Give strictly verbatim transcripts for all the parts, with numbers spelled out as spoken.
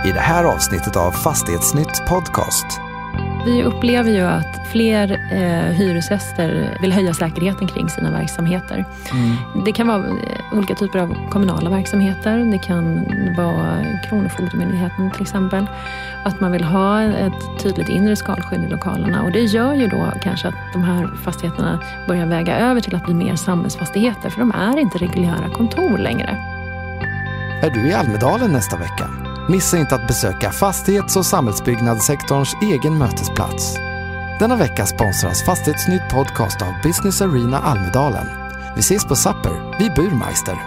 i det här avsnittet av Fastighetsnytt podcast. Vi upplever ju att fler eh, hyresgäster vill höja säkerheten kring sina verksamheter. Mm. Det kan vara olika typer av kommunala verksamheter. Det kan vara Kronofogdemyndigheten till exempel. Att man vill ha ett tydligt inre skalskydd i lokalerna. Och det gör ju då kanske att de här fastigheterna börjar väga över till att bli mer samhällsfastigheter. För de är inte reguljära kontor längre. Är du i Almedalen nästa vecka? Missa inte att besöka fastighets- och samhällsbyggnadssektorns egen mötesplats. Denna vecka sponsras Fastighetsnytt podcast av Business Arena Almedalen. Vi ses på Sapper vid Burmeister.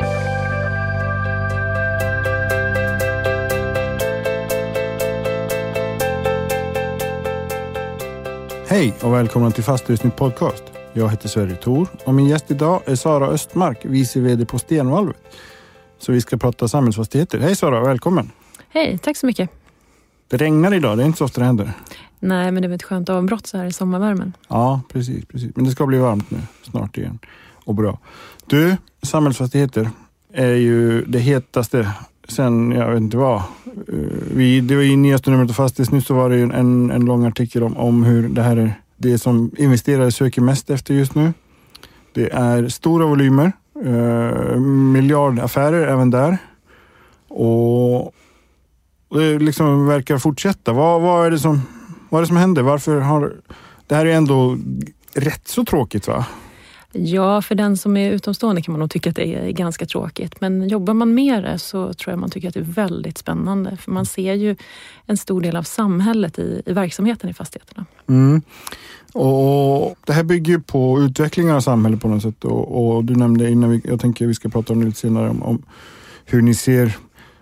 Hej och välkomna till Fastighetsnytt podcast. Jag heter Sverre Thor och min gäst idag är Sara Östmark, vice vd på Stenvalvet. Så vi ska prata samhällsfastigheter. Hej Sara, välkommen. Hej, tack så mycket. Det regnar idag, det är inte så ofta det händer. Nej, men det är ett skönt avbrott så här i sommarvärmen. Ja, precis, precis. Men det ska bli varmt nu, snart igen. Och bra. Du, samhällsfastigheter är ju det hetaste sen, jag vet inte vad. Vi, det var i nyaste numret av Fastighetsnytt så var det ju en, en lång artikel om, om hur det här är det som investerare söker mest efter just nu. Det är stora volymer. Uh, miljardaffärer även där och det liksom verkar fortsätta. Vad, vad, är det som, vad är det som händer? Varför har det här är ändå rätt så tråkigt, va? Ja, för den som är utomstående kan man nog tycka att det är ganska tråkigt. Men jobbar man med det så tror jag man tycker att det är väldigt spännande. För man ser ju en stor del av samhället i, i verksamheten i fastigheterna. Mm. Och det här bygger ju på utvecklingen av samhället på något sätt. Och, och du nämnde innan, vi, jag tänker vi ska prata om det lite senare, om, om hur ni ser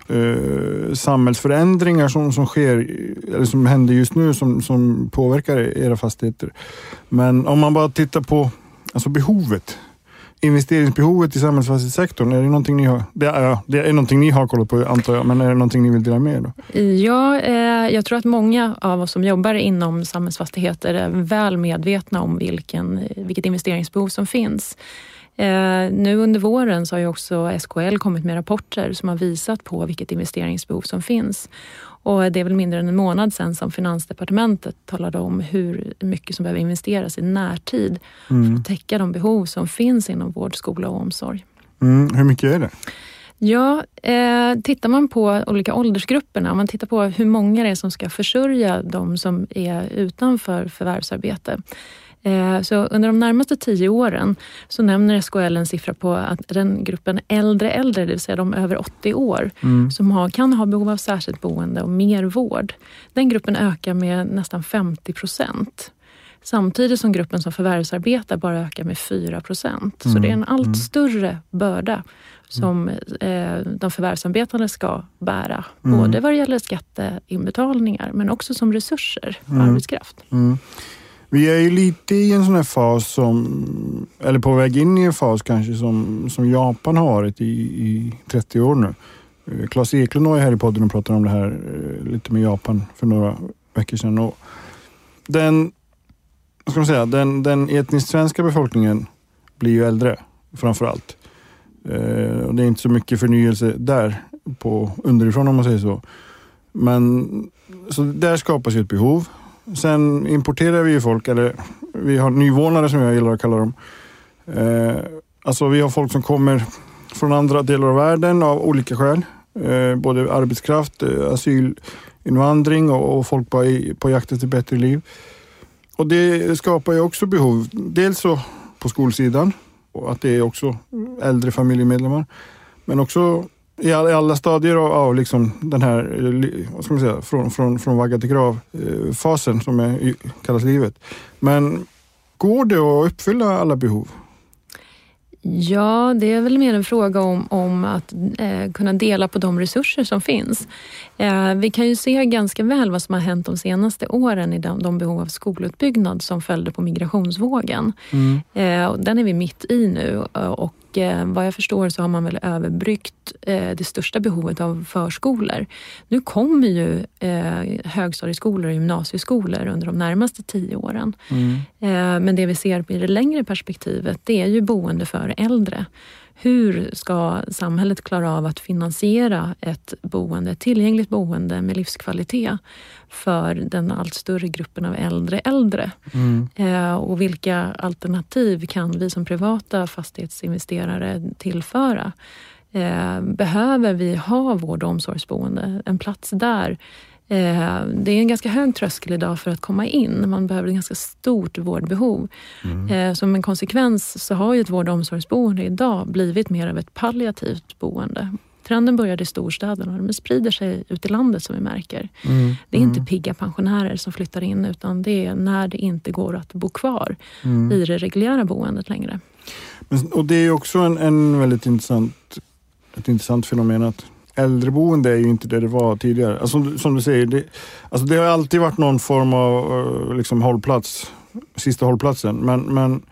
eh, samhällsförändringar som, som sker, eller som händer just nu som, som påverkar era fastigheter. Men om man bara tittar på alltså behovet, investeringsbehovet i samhällsfastighetssektorn, är det någonting ni har, det är, det är någonting ni har kollat på antar jag, men är det någonting ni vill dela med då? Ja, eh, jag tror att många av oss som jobbar inom samhällsfastigheter är väl medvetna om vilken, vilket investeringsbehov som finns. Eh, nu under våren så har ju också S K L kommit med rapporter som har visat på vilket investeringsbehov som finns. Och det är väl mindre än en månad sedan som Finansdepartementet talade om hur mycket som behöver investeras i närtid mm. för att täcka de behov som finns inom vård, skola och omsorg. Mm, hur mycket är det? Ja, eh, tittar man på olika åldersgrupperna, om man tittar på hur många det är som ska försörja de som är utanför förvärvsarbete. Så under de närmaste tio åren så nämner S K L en siffra på att den gruppen äldre äldre, det vill säga de över åttio år, mm. som har, kan ha behov av särskilt boende och mer vård. Den gruppen ökar med nästan femtio procent. Samtidigt som gruppen som förvärvsarbetar bara ökar med fyra procent. Mm. Så det är en allt mm. större börda som eh, de förvärvsarbetande ska bära. Mm. Både vad det gäller skatteinbetalningar men också som resurser för mm. arbetskraft. Mm. Vi är ju lite i en sån här fas som, eller på väg in i en fas kanske som, som Japan har varit i, i trettio år nu. Claes Eklund var här i podden och pratade om det här lite med Japan för några veckor sedan. Och den, vad ska man säga, den, den etniskt svenska befolkningen blir ju äldre framförallt. Och det är inte så mycket förnyelse där på underifrån om man säger så. Men så där skapas ju ett behov. Sen importerar vi ju folk, eller vi har nyvånare som jag gillar att kalla dem. Eh, alltså vi har folk som kommer från andra delar av världen av olika skäl. Eh, både arbetskraft, eh, asylinvandring och, och folk på, på jakt efter bättre liv. Och det skapar ju också behov. Dels så på skolsidan, och att det är också äldre familjemedlemmar. Men också i alla stadier av liksom den här, vad ska man säga, från, från, från vagga till grav fasen som är, kallas livet. Men går det att uppfylla alla behov? Ja, det är väl mer en fråga om, om att eh, kunna dela på de resurser som finns. Eh, vi kan ju se ganska väl vad som har hänt de senaste åren i de, de behov av skolutbyggnad som följde på migrationsvågen. Mm. Eh, den är vi mitt i nu och eh, vad jag förstår så har man väl överbryggt eh, det största behovet av förskolor. Nu kommer ju eh, högstadieskolor och gymnasieskolor under de närmaste tio åren. Mm. Eh, men det vi ser i det längre perspektivet det är ju boende för äldre. hur ska samhället klara av att finansiera ett boende, ett tillgängligt boende med livskvalitet för den allt större gruppen av äldre äldre? Mm. Eh, och vilka alternativ kan vi som privata fastighetsinvesterare tillföra? Eh, behöver vi ha vård- och omsorgsboende, en plats där? Eh, det är en ganska hög tröskel idag för att komma in. Man behöver ett ganska stort vårdbehov. Mm. Eh, som en konsekvens så har ju ett vård- och omsorgsboende idag blivit mer av ett palliativt boende. Trenden började i storstäderna, men sprider sig ut i landet som vi märker. Mm. Det är inte mm. pigga pensionärer som flyttar in, utan det är när det inte går att bo kvar mm. i det reguljära boendet längre. Men, och det är också en, en väldigt intressant, ett intressant fenomen att äldreboende är ju inte det det var tidigare. Alltså, som, som du säger, det, alltså det har alltid varit någon form av liksom, hållplats, sista hållplatsen. Men, men,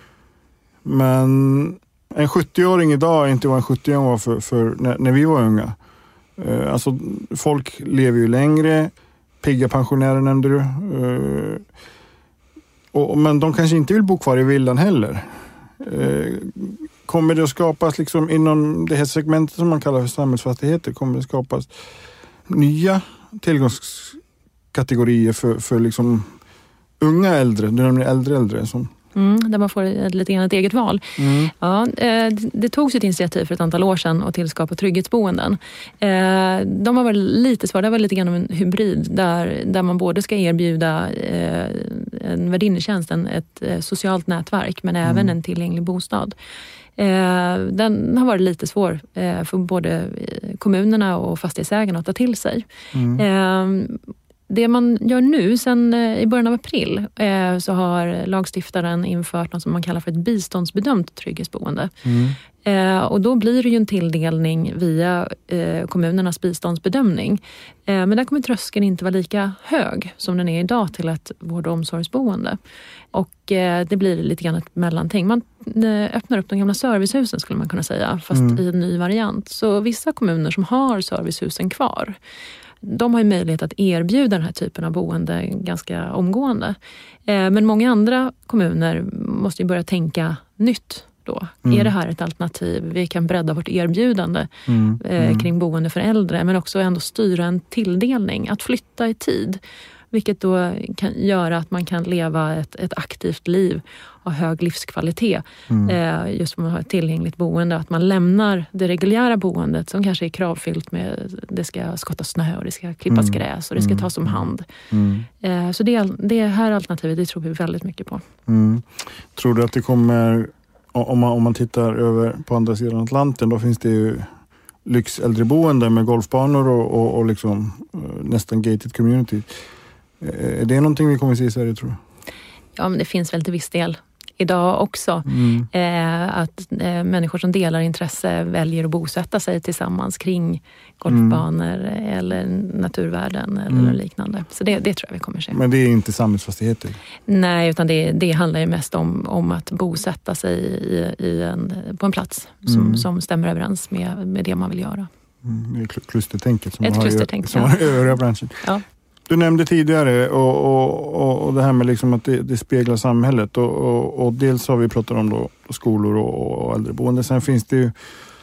men en sjuttio-åring idag är inte vad en sjuttio-åring var för, för när, när vi var unga. Uh, alltså, folk lever ju längre, pigga pensionärer nämnde du. Uh, och, men de kanske inte vill bo kvar i villan heller. Uh, Kommer det att skapas liksom inom det här segmentet som man kallar för samhällsfastigheter, kommer det att skapas nya tillgångskategorier för, för liksom unga äldre, du nämner äldre äldre som... Mm, där man får ett, lite grann ett eget val. Mm. Ja, det, det togs ett initiativ för ett antal år sedan att tillskapa trygghetsboenden. De har varit lite svåra, det var lite grann en hybrid där, där man både ska erbjuda en värdinnetjänst, ett socialt nätverk, men även mm. en tillgänglig bostad. Den har varit lite svår för både kommunerna och fastighetsägarna att ta till sig. Mm. Det man gör nu, sen i början av april, så har lagstiftaren infört något som man kallar för ett biståndsbedömt trygghetsboende. Mm. Och då blir det ju en tilldelning via kommunernas biståndsbedömning. Men där kommer tröskeln inte vara lika hög som den är idag till ett vård- och omsorgsboende. Och det blir lite grann ett mellanting. Man öppnar upp de gamla servicehusen skulle man kunna säga, fast mm. i en ny variant. Så vissa kommuner som har servicehusen kvar, de har ju möjlighet att erbjuda den här typen av boende ganska omgående. Men många andra kommuner måste ju börja tänka nytt då. Mm. Är det här ett alternativ? Vi kan bredda vårt erbjudande mm. Mm. kring boende för äldre, men också ändå styra en tilldelning. Att flytta i tid, vilket då kan göra att man kan leva ett, ett aktivt liv och hög livskvalitet. Mm. Eh, just för att man har ett tillgängligt boende. Att man lämnar det reguljära boendet som kanske är kravfyllt med det ska skottas snö och det ska klippas mm. gräs och det ska tas om hand. Mm. Eh, så det, det här alternativet, det tror vi väldigt mycket på. Mm. Tror du att det kommer, om man, om man tittar över på andra sidan Atlanten, då finns det ju lyxäldreboende med golfbanor och, och, och liksom, nästan gated community. Är det någonting vi kommer att se i Sverige, tror du? Ja, men det finns väl till viss del idag också. Mm. Eh, att eh, människor som delar intresse väljer att bosätta sig tillsammans kring golfbanor mm. eller naturvärden eller mm. liknande. Så det, det tror jag vi kommer att se. Men det är inte samhällsfastigheter? Nej, utan det, det handlar ju mest om, om att bosätta sig i, i en, på en plats som, mm. som stämmer överens med, med det man vill göra. Mm, det är klustertänket som Ett har klustertänk, som ja. har övriga branschen. Ja. Du nämnde tidigare och, och, och, och det här med liksom att det, det speglar samhället och, och, och dels har vi pratat om då skolor och, och äldreboende. Sen finns det ju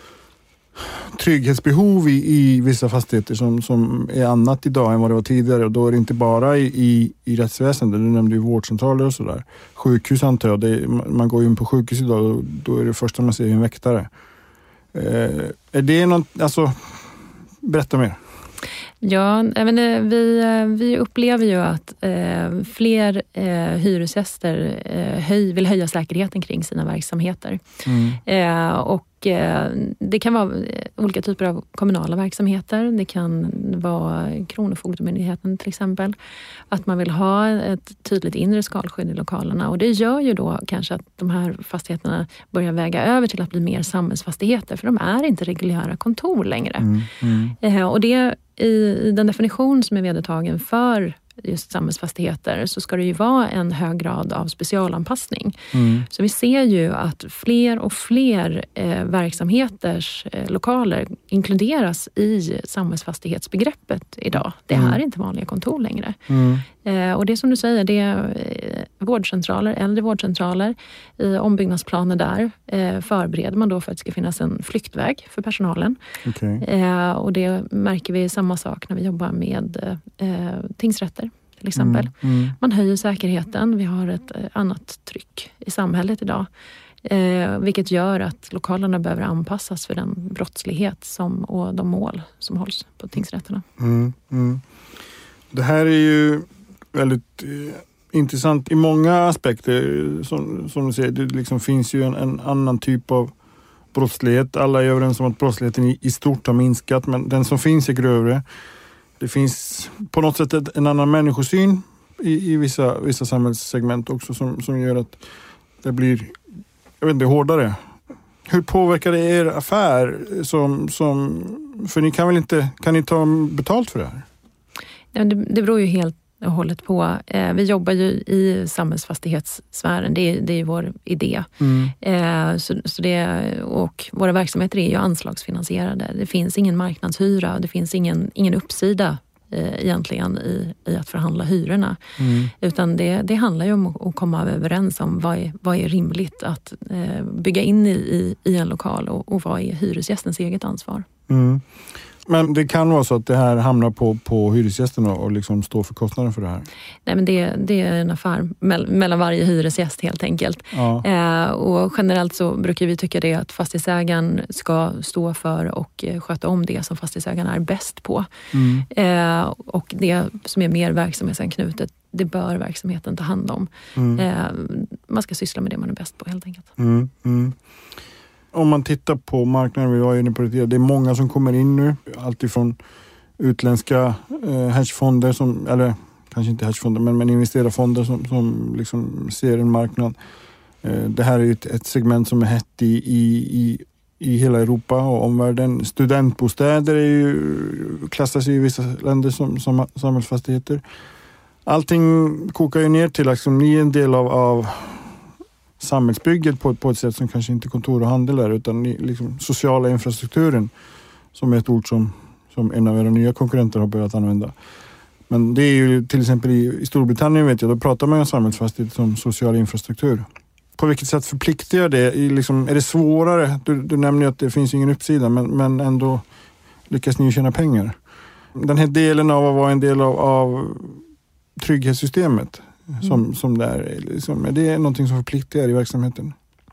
trygghetsbehov i, i vissa fastigheter som, som är annat idag än vad det var tidigare, och då är det inte bara i, i, i rättsväsendet. Du nämnde ju vårdcentraler och sådär. Sjukhus antar jag, det är, man går in på sjukhus idag och då är det första man ser en väktare. Eh, är det något, alltså berätta mer. Ja, även vi, vi upplever ju att eh, fler eh, hyresgäster eh, höj, vill höja säkerheten kring sina verksamheter. Mm. Eh, och eh, det kan vara olika typer av kommunala verksamheter. Det kan vara Kronofogdemyndigheten till exempel. Att man vill ha ett tydligt inre skalskydd i lokalerna. Och det gör ju då kanske att de här fastigheterna börjar väga över till att bli mer samhällsfastigheter. För de är inte reguljära kontor längre. Mm. Mm. Eh, och det I den definition som är vedertagen för just samhällsfastigheter så ska det ju vara en hög grad av specialanpassning. Mm. Så vi ser ju att fler och fler eh, verksamheters eh, lokaler inkluderas i samhällsfastighetsbegreppet idag. Det är Mm. inte vanliga kontor längre. Mm. Eh, och det som du säger, det är eh, vårdcentraler, äldre vårdcentraler. I ombyggnadsplaner där eh, förbereder man då för att det ska finnas en flyktväg för personalen. Okay. Eh, och det märker vi samma sak när vi jobbar med eh, tingsrätter till exempel. Mm. Mm. Man höjer säkerheten, vi har ett eh, annat tryck i samhället idag. Eh, vilket gör att lokalerna behöver anpassas för den brottslighet som, och de mål som hålls på tingsrätterna. Mm. Mm. Det här är ju väldigt eh, intressant i många aspekter. Som, som du säger, det liksom finns ju en, en annan typ av brottslighet. Alla är överens om att brottsligheten i, i stort har minskat, men den som finns är grövre. Det finns på något sätt ett, en annan människosyn i, i vissa, vissa samhällssegment också som, som gör att det blir, jag vet inte, hårdare. Hur påverkar det er affär? Som, som, för ni kan väl inte, kan ni ta betalt för det här? Ja, det, det beror ju helt och hållet på. Eh, vi jobbar ju i samhällsfastighetssfären, det är, det är vår idé. Mm. Eh, så, så det, och våra verksamheter är ju anslagsfinansierade. Det finns ingen marknadshyra, det finns ingen, ingen uppsida eh, egentligen i, i att förhandla hyrorna. Mm. Utan det, det handlar ju om att, att komma överens om vad är, vad är rimligt att eh, bygga in i, i, i en lokal och, och vad är hyresgästens eget ansvar. Mm. Men det kan vara så att det här hamnar på, på hyresgästen och liksom står för kostnaden för det här? Nej, men det, det är en affär me- mellan varje hyresgäst helt enkelt. Ja. Eh, och generellt så brukar vi tycka det att fastighetsägaren ska stå för och sköta om det som fastighetsägaren är bäst på. Mm. Eh, och det som är mer verksamhetsanknutet, det bör verksamheten ta hand om. Mm. Eh, man ska syssla med det man är bäst på helt enkelt. Mm. Mm. Om man tittar på marknaden, vi var inne på det, det är många som kommer in nu. Alltifrån utländska eh, hedgefonder, som, eller kanske inte hedgefonder, men, men investerarfonder som, som liksom ser en marknad. Eh, det här är ett, ett segment som är hett i, i, i, i hela Europa och omvärlden. Studentbostäder är ju, klassas i vissa länder som, som samhällsfastigheter. Allting kokar ju ner till att liksom, ni är en del av, av samhällsbygget på, på ett sätt som kanske inte kontor och handel är, utan liksom sociala infrastrukturen som är ett ord som, som en av era nya konkurrenter har börjat använda. Men det är ju till exempel i, i Storbritannien, vet jag, då pratar man om samhällsfastighet som social infrastruktur. På vilket sätt förpliktar det? I liksom, är det svårare? Du, du nämner ju att det finns ingen uppsida, men, men ändå lyckas ni tjäna pengar. Den här delen av att vara en del av, av trygghetssystemet, Som, mm. som det är, liksom, är det någonting som förpliktar i verksamheten?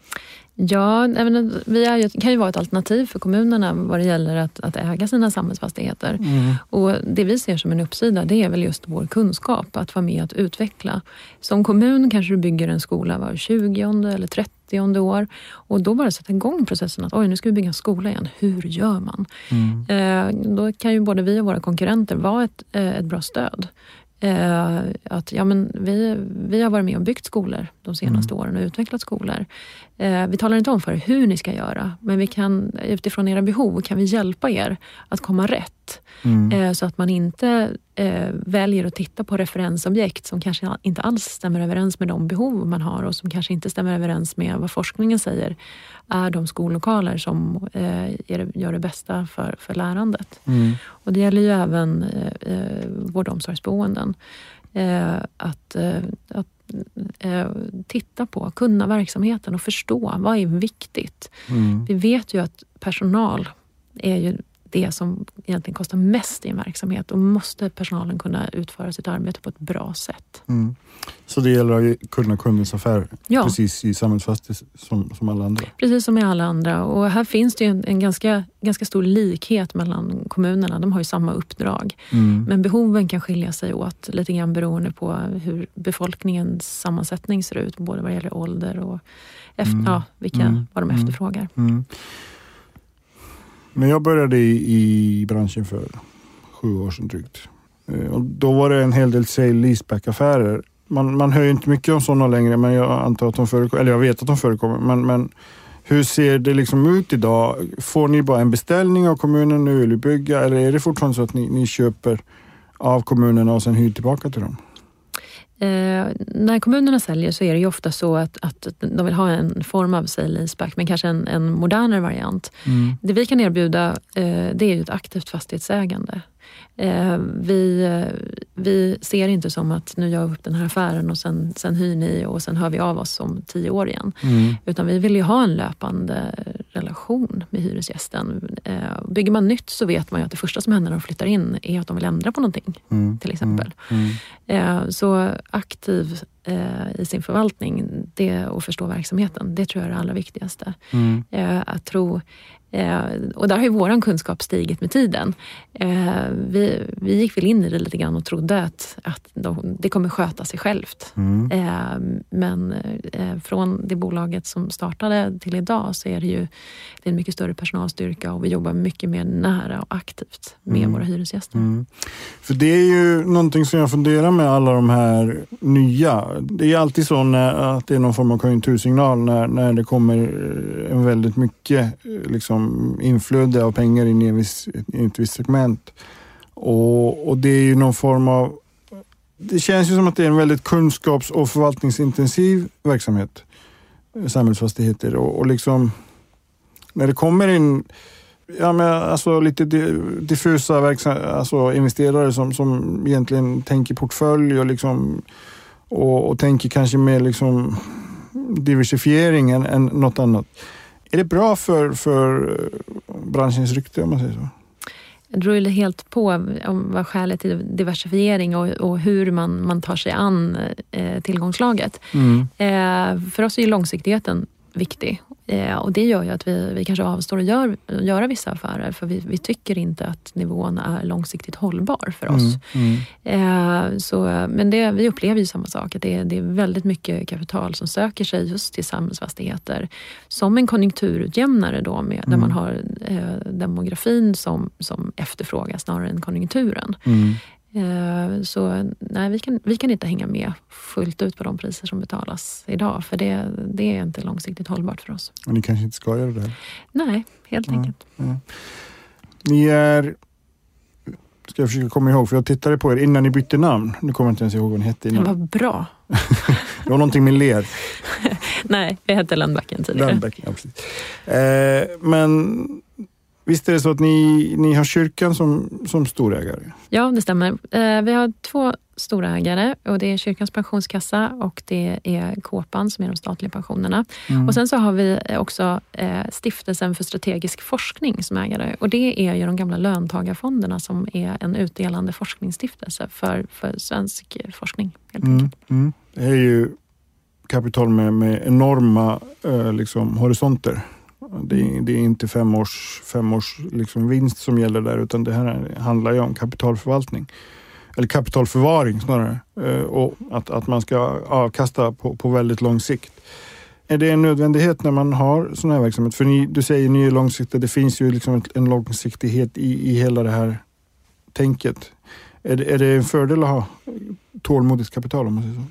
Ja, även, vi är, kan ju vara ett alternativ för kommunerna vad det gäller att, att äga sina samhällsfastigheter. Mm. Och det vi ser som en uppsida, det är väl just vår kunskap att vara med att utveckla. Som kommun kanske du bygger en skola var tjugonde eller trettionde år och då bara sätta igång processen att oj, nu ska vi bygga en skola igen. Hur gör man? Mm. Eh, då kan ju både vi och våra konkurrenter vara ett, eh, ett bra stöd. Eh, att ja, men vi, vi har varit med och byggt skolor de senaste mm. åren och utvecklat skolor. Eh, vi talar inte om för hur ni ska göra, men vi kan utifrån era behov kan vi hjälpa er att komma rätt. Mm. Eh, så att man inte eh, väljer att titta på referensobjekt som kanske inte alls stämmer överens med de behov man har och som kanske inte stämmer överens med vad forskningen säger är de skollokaler som eh, är, gör det bästa för, för lärandet. Mm. Och det gäller ju även eh, vård- och omsorgsboenden. Eh, att, eh, att eh, titta på, kunna verksamheten och förstå vad är viktigt. Mm. Vi vet ju att personal är ju det som egentligen kostar mest i en verksamhet och måste personalen kunna utföra sitt arbete på ett bra sätt. Mm. Så det gäller att kunna kundens affär ja. precis i samhällsfastighet som, som alla andra? Precis som i alla andra. Och här finns det ju en, en ganska, ganska stor likhet mellan kommunerna. De har ju samma uppdrag. Mm. Men behoven kan skilja sig åt lite grann beroende på hur befolkningens sammansättning ser ut. Både vad det gäller ålder och efter, mm. ja, vilka, mm. vad de efterfrågar. Mm. När jag började i, i branschen för sju år sedan drygt. Och då var det en hel del sale-leaseback-affärer. Man, man hör ju inte mycket om sådana längre, men jag antar att de förekommer, eller jag vet att de förekommer. Men, men hur ser det liksom ut idag? Får ni bara en beställning av kommunen nu eller bygga? Eller är det fortfarande så att ni, ni köper av kommunerna och sen hyr tillbaka till dem? Eh, när kommunerna säljer så är det ju ofta så att, att de vill ha en form av sale-leaseback, men kanske en, en modernare variant. Mm. Det vi kan erbjuda eh, det är ju ett aktivt fastighetsägande. Eh, vi, vi ser inte som att nu gör vi upp den här affären och sen, sen hyr ni och sen hör vi av oss om tio år igen. Mm. Utan vi vill ju ha en löpande relation med hyresgästen. Eh, bygger man nytt så vet man ju att det första som händer när de flyttar in är att de vill ändra på någonting, mm. till exempel. Mm. Mm. Eh, så aktiv eh, i sin förvaltning, det och förstå verksamheten, det tror jag är det allra viktigaste. Mm. Eh, att tro Eh, och där har ju våran kunskap stigit med tiden. Eh, vi, vi gick väl in i det lite grann och trodde att, att de, det kommer sköta sig självt. Mm. Eh, men eh, från det bolaget som startade till idag så är det ju det är en mycket större personalstyrka och vi jobbar mycket mer nära och aktivt med mm. våra hyresgäster. Mm. För det är ju någonting som jag funderar med alla de här nya. Det är alltid så när, att det är någon form av konjunktursignal när, när det kommer en väldigt mycket liksom inflöde av pengar in i, en viss, i ett visst segment. Och, och det är ju någon form av... Det känns ju som att det är en väldigt kunskaps- och förvaltningsintensiv verksamhet. Samhällsfastigheter. Och, och liksom... När det kommer in... Ja, men alltså lite diffusa verksam, alltså investerare som, som egentligen tänker portfölj och, liksom, och, och tänker kanske mer liksom diversifiering än, än något annat. Är det bra för, för branschens rykte om man säger så? Det beror ju helt på om vad skälet till diversifiering och, och hur man, man tar sig an eh, tillgångslaget. Mm. Eh, för oss är ju långsiktigheten viktig. Eh, och det gör ju att vi, vi kanske avstår att gör, göra vissa affärer för vi, vi tycker inte att nivån är långsiktigt hållbar för oss. Mm, mm. Eh, så, men det, vi upplever ju samma sak, att det, det är väldigt mycket kapital som söker sig just till samhällsfastigheter som en konjunkturutjämnare då med, mm. där man har eh, demografin som, som efterfrågar snarare än konjunkturen. Mm. Så nej, vi kan, vi kan inte hänga med fullt ut på de priser som betalas idag. För det, det är inte långsiktigt hållbart för oss. Och ni kanske inte ska göra det här? Nej, helt ja, enkelt. Ja. Ni är... Ska jag försöka komma ihåg, för jag tittade på er innan ni bytte namn. Nu kommer jag inte ens ihåg vad ni hette innan. Det var bra. Det var någonting med ler. Nej, vi hette Landbacken tidigare. Landbacken, ja, precis. Eh, men... Visst är det så att ni, ni har kyrkan som, som storägare? Ja, det stämmer. Eh, vi har två stora ägare och det är kyrkans pensionskassa och det är Kåpan som är de statliga pensionerna. Mm. Och sen så har vi också eh, Stiftelsen för strategisk forskning som ägare och det är ju de gamla löntagarfonderna som är en utdelande forskningsstiftelse för, för svensk forskning. Helt mm. Mm. Det är ju kapital med, med enorma eh, liksom, horisonter. Det är, det är inte fem års, fem års liksom vinst som gäller där utan det här handlar ju om kapitalförvaltning. Eller kapitalförvaring snarare. Och att, att man ska avkasta på, på väldigt lång sikt. Är det en nödvändighet när man har sån här verksamhet? För ni, du säger ni är långsiktiga. Det finns ju liksom en långsiktighet i, i hela det här tänket. Är det, är det en fördel att ha tålmodigt kapital om man säger så?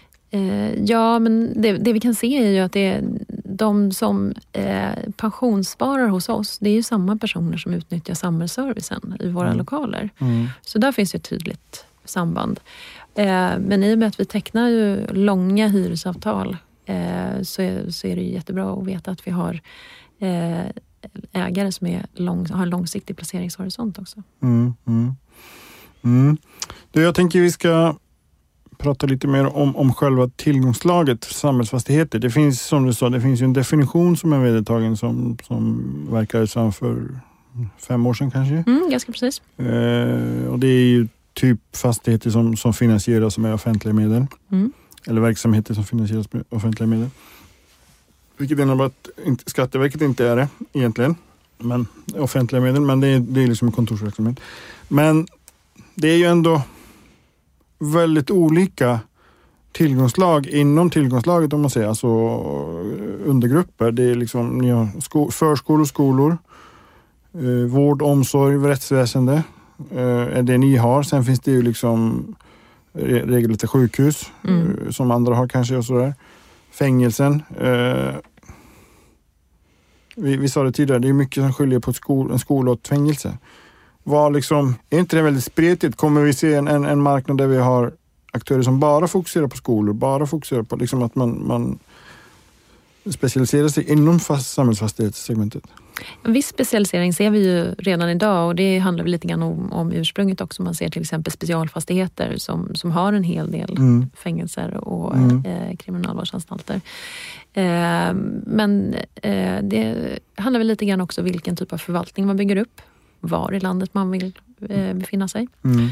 Ja, men det, det vi kan se är ju att det är de som eh, pensionssparar hos oss, det är ju samma personer som utnyttjar samhällsservicen i våra mm. lokaler. Mm. Så där finns ju ett tydligt samband. Eh, men i och med att vi tecknar ju långa hyresavtal eh, så, är, så är det ju jättebra att veta att vi har eh, ägare som är lång, har en långsiktig placeringshorisont också. Mm. Mm. Mm. Du, jag tänker vi ska prata lite mer om, om själva tillgångslaget för samhällsfastigheter. Det finns, som du sa, det finns ju en definition som är vedertagen som, som verkar som för fem år sedan kanske. Mm, ganska precis. Eh, och det är ju typ fastigheter som, som finansieras med offentliga medel. Mm. Eller verksamheter som finansieras med offentliga medel. Vilket innebär att inte, Skatteverket inte är det egentligen. Men offentliga medel, men det är, det är liksom en kontorsverksamhet. Men det är ju ändå väldigt olika tillgångslag inom tillgångslaget om man säger, alltså undergrupper. Det är liksom, ni har sko- förskolor, skolor, eh, vård, omsorg, rättsväsende eh, är det ni har. Sen finns det ju liksom re- regelrätta sjukhus mm. eh, som andra har kanske och sådär. Fängelsen. Eh, vi, vi sa det tidigare, det är mycket som skiljer på ett skol, en skola och ett fängelse. Vad liksom, är inte det väldigt spretigt? Kommer vi se en, en, en marknad där vi har aktörer som bara fokuserar på skolor, bara fokuserar på liksom att man, man specialiserar sig inom fast, samhällsfastighetssegmentet? En viss specialisering ser vi ju redan idag, och det handlar väl lite grann om, om ursprunget också. Man ser till exempel specialfastigheter som, som har en hel del mm. fängelser och mm. eh, kriminalvårdsanstalter. Eh, men eh, det handlar väl lite grann också om vilken typ av förvaltning man bygger upp, var i landet man vill eh, befinna sig. Mm.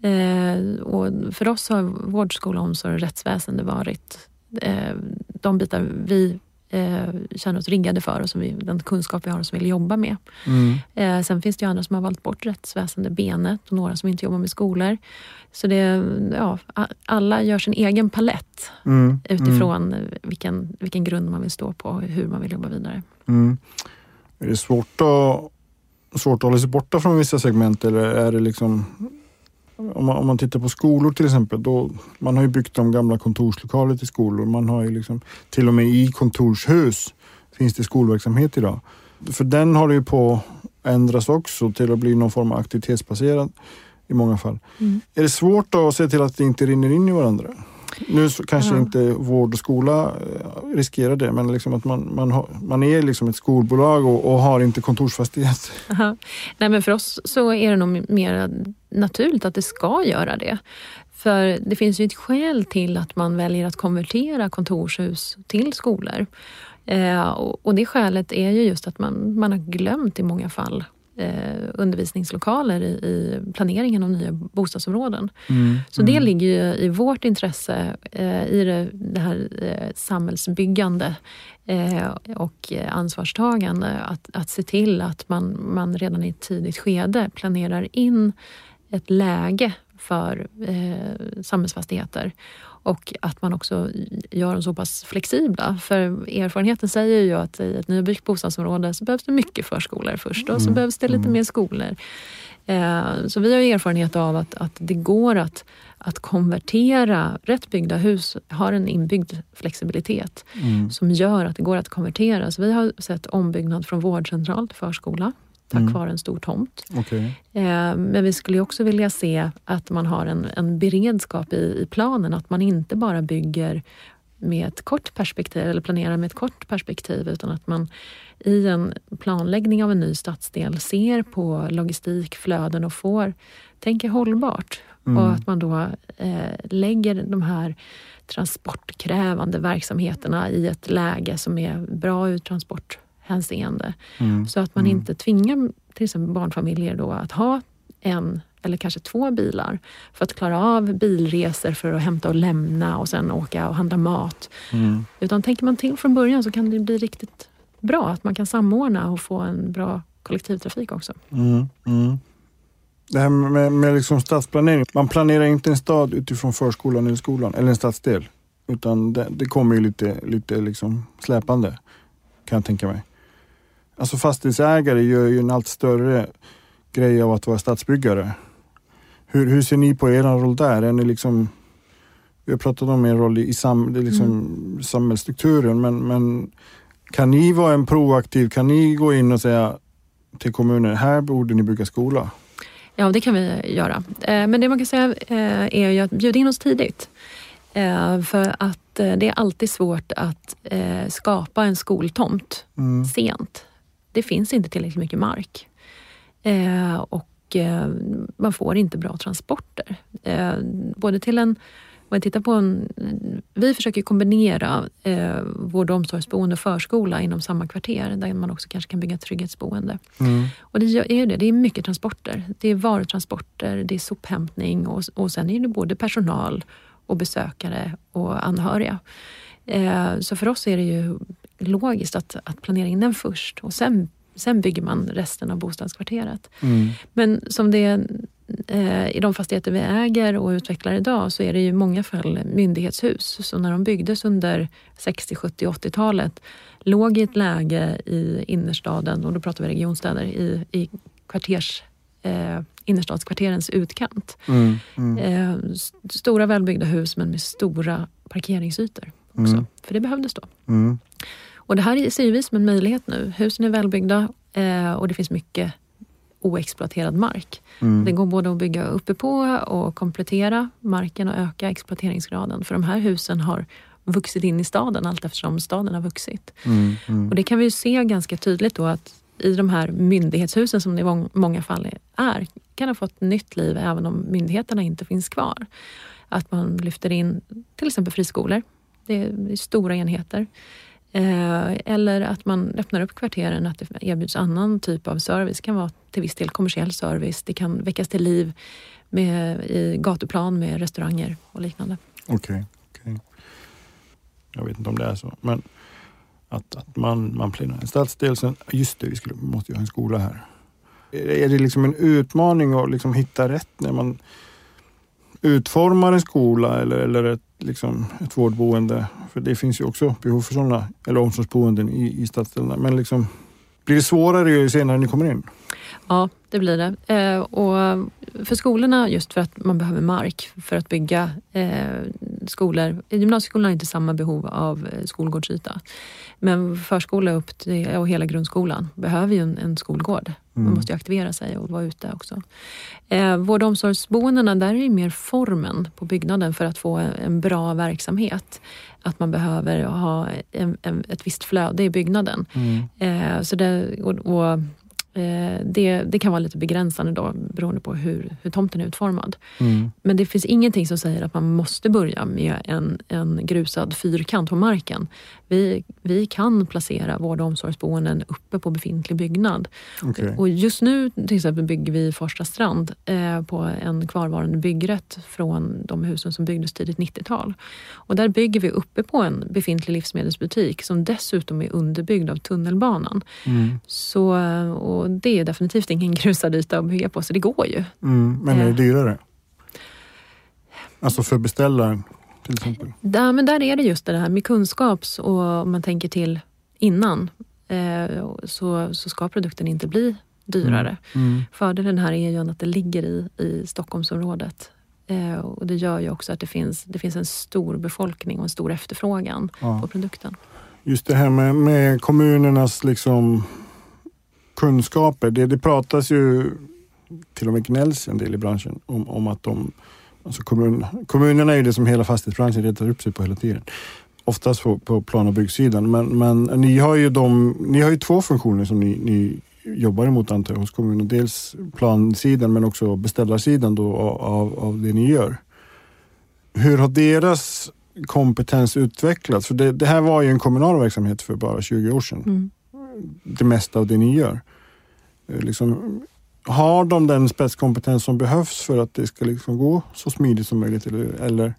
Eh, och för oss har vård, skola, omsorg och rättsväsende varit eh, de bitar vi eh, känner oss riggade för och som vi, den kunskap vi har och som vi vill jobba med. Mm. Eh, sen finns det ju andra som har valt bort rättsväsende, benet, och några som inte jobbar med skolor. Så det, ja, alla gör sin egen palett mm. utifrån mm. vilken, vilken grund man vill stå på och hur man vill jobba vidare. Mm. Är det svårt att svårt att hålla sig borta från vissa segment, eller är det liksom, om man, om man tittar på skolor till exempel, då man har ju byggt de gamla kontorslokaler till skolor, man har ju liksom till och med i kontorshus finns det skolverksamhet idag. För den har det ju på ändras också till att bli någon form av aktivitetsbaserad i många fall. Mm. Är det svårt att se till att det inte rinner in i varandra? Nu så kanske ja. inte vård och skola riskerar det, men liksom att man, man, har, man är liksom ett skolbolag och, och har inte kontorsfastighet. Aha. Nej, men för oss så är det nog mer naturligt att det ska göra det. För det finns ju ett skäl till att man väljer att konvertera kontorshus till skolor. Eh, och, och det skälet är ju just att man, man har glömt i många fall Eh, undervisningslokaler i, i planeringen av nya bostadsområden. Mm, så mm. det ligger ju i vårt intresse eh, i det, det här eh, samhällsbyggande eh, och ansvarstagande att, att se till att man, man redan i ett tidigt skede planerar in ett läge för eh, samhällsfastigheter. Och att man också gör dem så pass flexibla. För erfarenheten säger ju att i ett nybyggt bostadsområde så behövs det mycket förskolor först. Och så mm. behövs det lite mer skolor. Eh, så vi har ju erfarenhet av att, att det går att, att konvertera. Rätt byggda hus har en inbyggd flexibilitet mm. som gör att det går att konvertera. Så vi har sett ombyggnad från vårdcentral till förskola. Tack mm. vare en stor tomt. Okay. Eh, men vi skulle också vilja se att man har en, en beredskap i, i planen. Att man inte bara bygger med ett kort perspektiv eller planerar med ett kort perspektiv. Utan att man i en planläggning av en ny stadsdel ser på logistik, flöden och får tänka hållbart. Mm. Och att man då eh, lägger de här transportkrävande verksamheterna i ett läge som är bra ur transport. Hänseende. Mm. Så att man mm. inte tvingar till exempel barnfamiljer då att ha en eller kanske två bilar för att klara av bilresor för att hämta och lämna och sen åka och handla mat. Mm. Utan tänker man till från början så kan det bli riktigt bra att man kan samordna och få en bra kollektivtrafik också. Mm. Mm. Det här med, med liksom stadsplanering. Man planerar inte en stad utifrån förskolan eller skolan eller en stadsdel. Utan det, det kommer ju lite, lite liksom släpande, kan jag tänka mig. Alltså fastighetsägare gör ju en allt större grej av att vara stadsbyggare. Hur, hur ser ni på er roll där? Är ni liksom, vi har pratat om er roll i sam, liksom mm. samhällsstrukturen, men, men kan ni vara en proaktiv, kan ni gå in och säga till kommunen, här borde ni bygga skola? Ja, det kan vi göra. Men det man kan säga är ju att bjuda in oss tidigt. För att det är alltid svårt att skapa en skoltomt mm. sent. Det finns inte tillräckligt mycket mark. Eh, och eh, man får inte bra transporter. Eh, både till en, om man tittar på en, vi försöker kombinera eh, vård- och omsorgsboende och förskola inom samma kvarter. Där man också kanske kan bygga ett trygghetsboende. Mm. Och det är det, det är mycket transporter. Det är varutransporter, det är sophämtning och, och sen är det både personal och besökare och anhöriga. Eh, så för oss är det ju logiskt att, att planera in den först och sen, sen bygger man resten av bostadskvarteret. Mm. Men som det är eh, i de fastigheter vi äger och utvecklar idag så är det ju i många fall myndighetshus. Så när de byggdes under sextio-, sjuttio-, åttiotalet låg i ett läge i innerstaden, och då pratar vi regionstäder, i, i kvarters, eh, innerstadskvarterens utkant. Mm. Mm. Eh, stora välbyggda hus men med stora parkeringsytor också. Mm. För det behövdes då. Mm. Och det här ser vi som en möjlighet nu. Husen är välbyggda eh, och det finns mycket oexploaterad mark. Mm. Det går både att bygga uppe på och komplettera marken och öka exploateringsgraden. För de här husen har vuxit in i staden allt eftersom staden har vuxit. Mm. Mm. Och det kan vi ju se ganska tydligt då att i de här myndighetshusen som det i många fall är, kan ha fått nytt liv även om myndigheterna inte finns kvar. Att man lyfter in till exempel friskolor. Det är stora enheter. Eh, eller att man öppnar upp kvarteren, att det erbjuds annan typ av service. Det kan vara till viss del kommersiell service. Det kan väckas till liv med, i gatuplan med restauranger och liknande. Okej, okay, okej. Okay. Jag vet inte om det är så. Men att, att man, man planerar en stadsdel. Sen, just det, vi skulle, måste ju ha en skola här. Är, är det liksom en utmaning att liksom hitta rätt när man utformar en skola eller, eller ett, liksom ett vårdboende? För det finns ju också behov för sådana, eller omsorgsboenden i, i stadsdelarna. Men liksom, blir det svårare ju senare ni kommer in? Ja, det blir det. Eh, och för skolorna, just för att man behöver mark för att bygga eh, skolor. Gymnasieskolan har inte samma behov av skolgårdsyta. Men förskola upp till, och hela grundskolan behöver ju en, en skolgård. Man Mm. måste ju aktivera sig och vara ute också. Eh, vård- och omsorgsboendena, där är ju mer formen på byggnaden för att få en, en bra verksamhet. Att man behöver ha en, en, ett visst flöde i byggnaden. Mm. Eh, så det, och, och eh, det, det kan vara lite begränsande då, beroende på hur, hur tomten är utformad. Mm. Men det finns ingenting som säger att man måste börja med en, en grusad fyrkant på marken. Vi, vi kan placera vård- och omsorgsboenden uppe på befintlig byggnad. Okay. Och just nu till exempel bygger vi i Forsta strand eh, på en kvarvarande byggrätt från de husen som byggdes tidigt nittiotal. Och där bygger vi uppe på en befintlig livsmedelsbutik som dessutom är underbyggd av tunnelbanan. Mm. Så, och det är definitivt ingen grusad yta att bygga på, så det går ju. Mm. Men är det Eh. dyrare? Alltså för beställaren till exempel? Där, men där är det just det här med kunskaps, och om man tänker till innan eh, så, så ska produkten inte bli dyrare. Mm. Fördelen här är ju att det ligger i, i Stockholmsområdet. Eh, och det gör ju också att det finns, det finns en stor befolkning och en stor efterfrågan Ja. på produkten. Just det här med, med kommunernas liksom kunskaper. Det, det pratas ju, till och med gnälls en del i branschen om, om att de, alltså kommun, kommunerna är ju det som hela fastighetsbranschen retar upp sig på hela tiden. Oftast på, på plan- och byggsidan. Men, men ni har ju de, ni har ju två funktioner som ni, ni jobbar emot, antar jag, hos kommunen. Dels plansidan men också beställarsidan då av, av det ni gör. Hur har deras kompetens utvecklats? För det, det här var ju en kommunal verksamhet för bara tjugo år sedan. Mm. Det mesta av det ni gör. Liksom, har de den spetskompetens som behövs för att det ska liksom gå så smidigt som möjligt? Eller, eller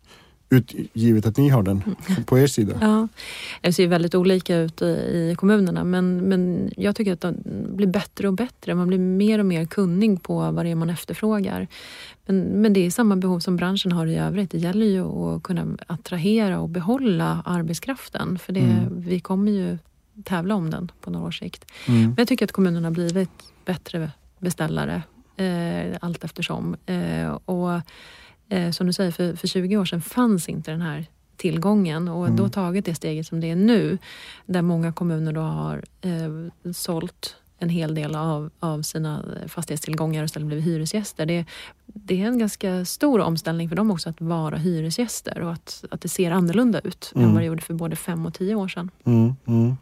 utgivet att ni har den på er sida? Ja, det ser väldigt olika ut i, i kommunerna, men, men jag tycker att det blir bättre och bättre. Man blir mer och mer kunnig på vad det är man efterfrågar. Men, men det är samma behov som branschen har i övrigt. Det gäller ju att kunna attrahera och behålla arbetskraften, för det, Mm. vi kommer ju tävla om den på några års sikt. Mm. Men jag tycker att kommunerna har blivit bättre beställare eh, allt eftersom. Eh, och eh, som du säger, för, för tjugo år sedan fanns inte den här tillgången, och Mm. då tagit det steget som det är nu, där många kommuner då har eh, sålt en hel del av, av sina fastighetstillgångar och istället blivit hyresgäster. Det, det är en ganska stor omställning för dem också att vara hyresgäster, och att, att det ser annorlunda ut Mm. än vad det gjorde för både fem och tio år sedan. Mm, mm.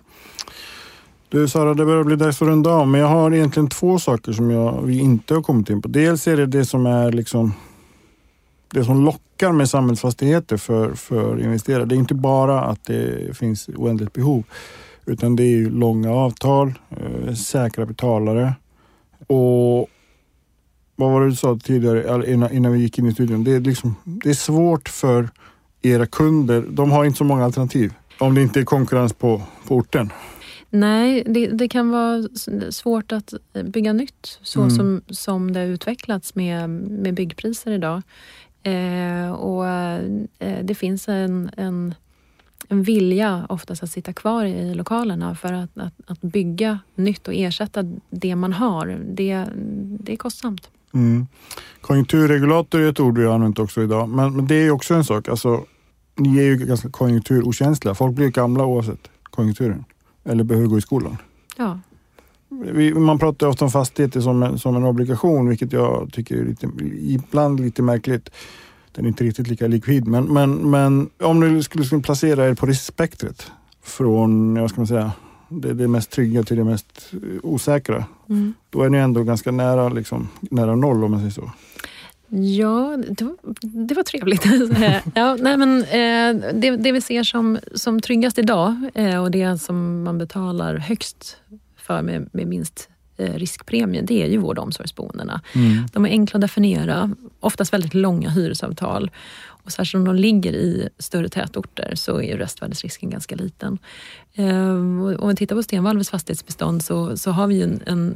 Du Sara, det börjar bli dags att runda av, men jag har egentligen två saker som jag, vi inte har kommit in på. Dels är det det som är liksom det som lockar med samhällsfastigheter för, för investerare. Det är inte bara att det finns oändligt behov, utan det är ju långa avtal, eh, säkra betalare och vad var det du sa tidigare innan, innan vi gick in i studion? Det är, liksom, det är svårt för era kunder. De har inte så många alternativ om det inte är konkurrens på, på orten. Nej, det, det kan vara svårt att bygga nytt så Mm. som, som det har utvecklats med, med byggpriser idag. Eh, och eh, det finns en, en, en vilja oftast att sitta kvar i lokalerna för att, att, att bygga nytt och ersätta det man har. Det, det är kostsamt. Mm. Konjunkturregulator är ett ord vi har använt också idag. Men, men det är ju också en sak. Alltså, ni är ju ganska konjunkturokänsliga. Folk blir gamla oavsett konjunkturen. Eller behöver gå i skolan. Ja. vi, man pratar ofta om fastigheter som en, som en obligation, vilket jag tycker är lite, ibland lite märkligt. Den är inte riktigt lika likvid. Men, men, men om du skulle, skulle placera er på riskspektret från, jag ska man säga, det, det mest trygga till det mest osäkra. Mm. Då är ni ändå ganska nära, liksom, nära noll om man säger så. Ja, det var, det var trevligt. ja, nej, men, eh, det, det vi ser som, som tryggast idag eh, och det som man betalar högst för med, med minst eh, riskpremie, det är ju vård- och omsorgsboendena. Mm. De är enkla att definiera, oftast väldigt långa hyresavtal. Och särskilt om de ligger i större tätorter så är ju restvärdesrisken ganska liten. Eh, om vi tittar på Stenvalvs fastighetsbestånd så, så har vi ju en, en,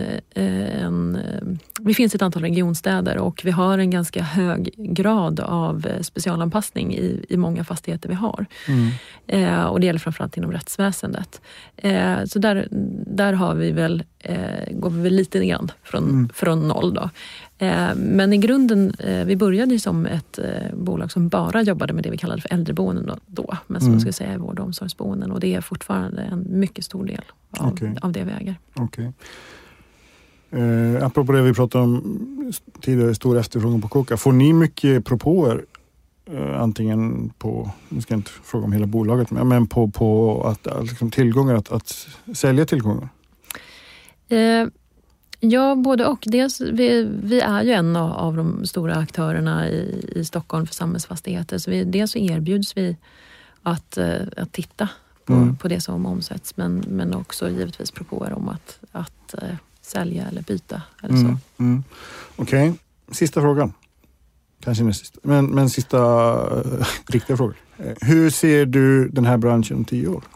en... Vi finns i ett antal regionstäder och vi har en ganska hög grad av specialanpassning i, i många fastigheter vi har. Mm. Eh, och det gäller framförallt inom rättsväsendet. Eh, så där, där har vi väl, eh, går vi väl lite grann från, mm. från noll då. Men i grunden, vi började ju som ett bolag som bara jobbade med det vi kallade för äldreboenden då, men som mm. jag skulle säga är vård- och omsorgsboenden, och det är fortfarande en mycket stor del av, okay. av det vi äger. Okay. Eh, apropå det vi pratade om tidigare, stor efterfrågan på Koka, får ni mycket propåer eh, antingen på, nu ska jag inte fråga om hela bolaget, men på, på att, liksom, tillgångar, att, att sälja tillgångar? Eh, Ja, både och. Dels, vi, vi är ju en av, av de stora aktörerna i, i Stockholm för samhällsfastigheter. Så vi, dels så erbjuds vi att, att titta på, mm. på det som omsätts. Men, men också givetvis propåer om att, att uh, sälja eller byta. Eller mm. så. Mm. Okej, okay. Sista frågan. Kanske näst sista. Men, men sista uh, riktiga frågan. Hur ser du den här branschen om tio år?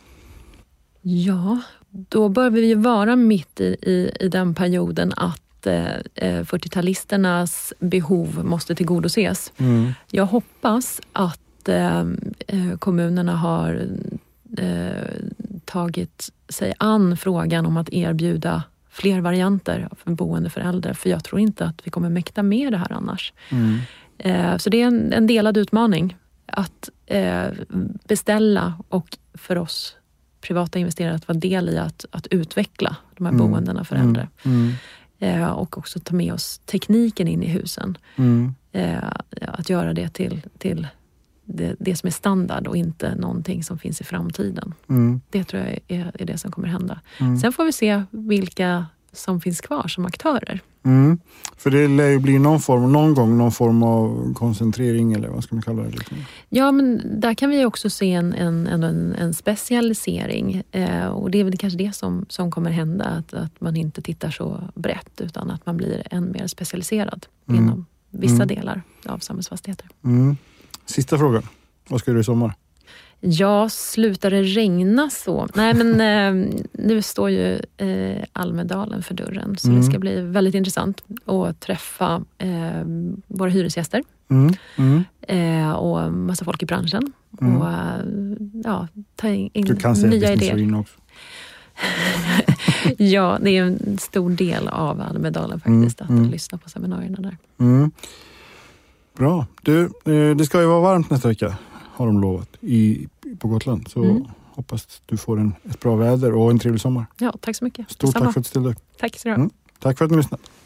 Ja, då bör vi ju vara mitt i, i, i den perioden att eh, fyrtiotalisternas behov måste tillgodoses. Mm. Jag hoppas att eh, kommunerna har eh, tagit sig an frågan om att erbjuda fler varianter för boende för äldre. För jag tror inte att vi kommer mäkta med det här annars. Mm. Eh, så det är en, en delad utmaning att eh, beställa och för oss privata investerare att vara del i att, att utveckla de här mm. boendena för äldre. Mm. Eh, och också ta med oss tekniken in i husen. Mm. Eh, att göra det till, till det, det som är standard och inte någonting som finns i framtiden. Mm. Det tror jag är, är det som kommer hända. Mm. Sen får vi se vilka som finns kvar som aktörer. Mm. För det lär ju bli någon form, någon gång någon form av koncentrering, eller vad ska man kalla det? Lite? Ja, men där kan vi också se en, en, en, en specialisering. Eh, och det är väl kanske det som, som kommer hända. Att, att man inte tittar så brett utan att man blir än mer specialiserad mm. inom vissa mm. delar av samhällsfastigheter. Mm. Sista frågan. Vad ska du i sommar? Ja, slutar det regna så? Nej, men eh, nu står ju eh, Almedalen för dörren. Så mm. det ska bli väldigt intressant att träffa eh, våra hyresgäster. Mm. Mm. Eh, och massa folk i branschen. Mm. Och ja, ta in, in du kan säga nya idéer. Också. Ja, det är en stor del av Almedalen faktiskt. Mm. Att mm. lyssna på seminarierna där. Mm. Bra. Du, det ska ju vara varmt nästa vecka, har de lovat, i, på Gotland. Så mm. hoppas du får en, ett bra väder och en trevlig sommar. Ja, tack så mycket. Stort Detsamma. Tack för att du ställde upp. Tack så mycket. Mm. Tack för att ni lyssnade.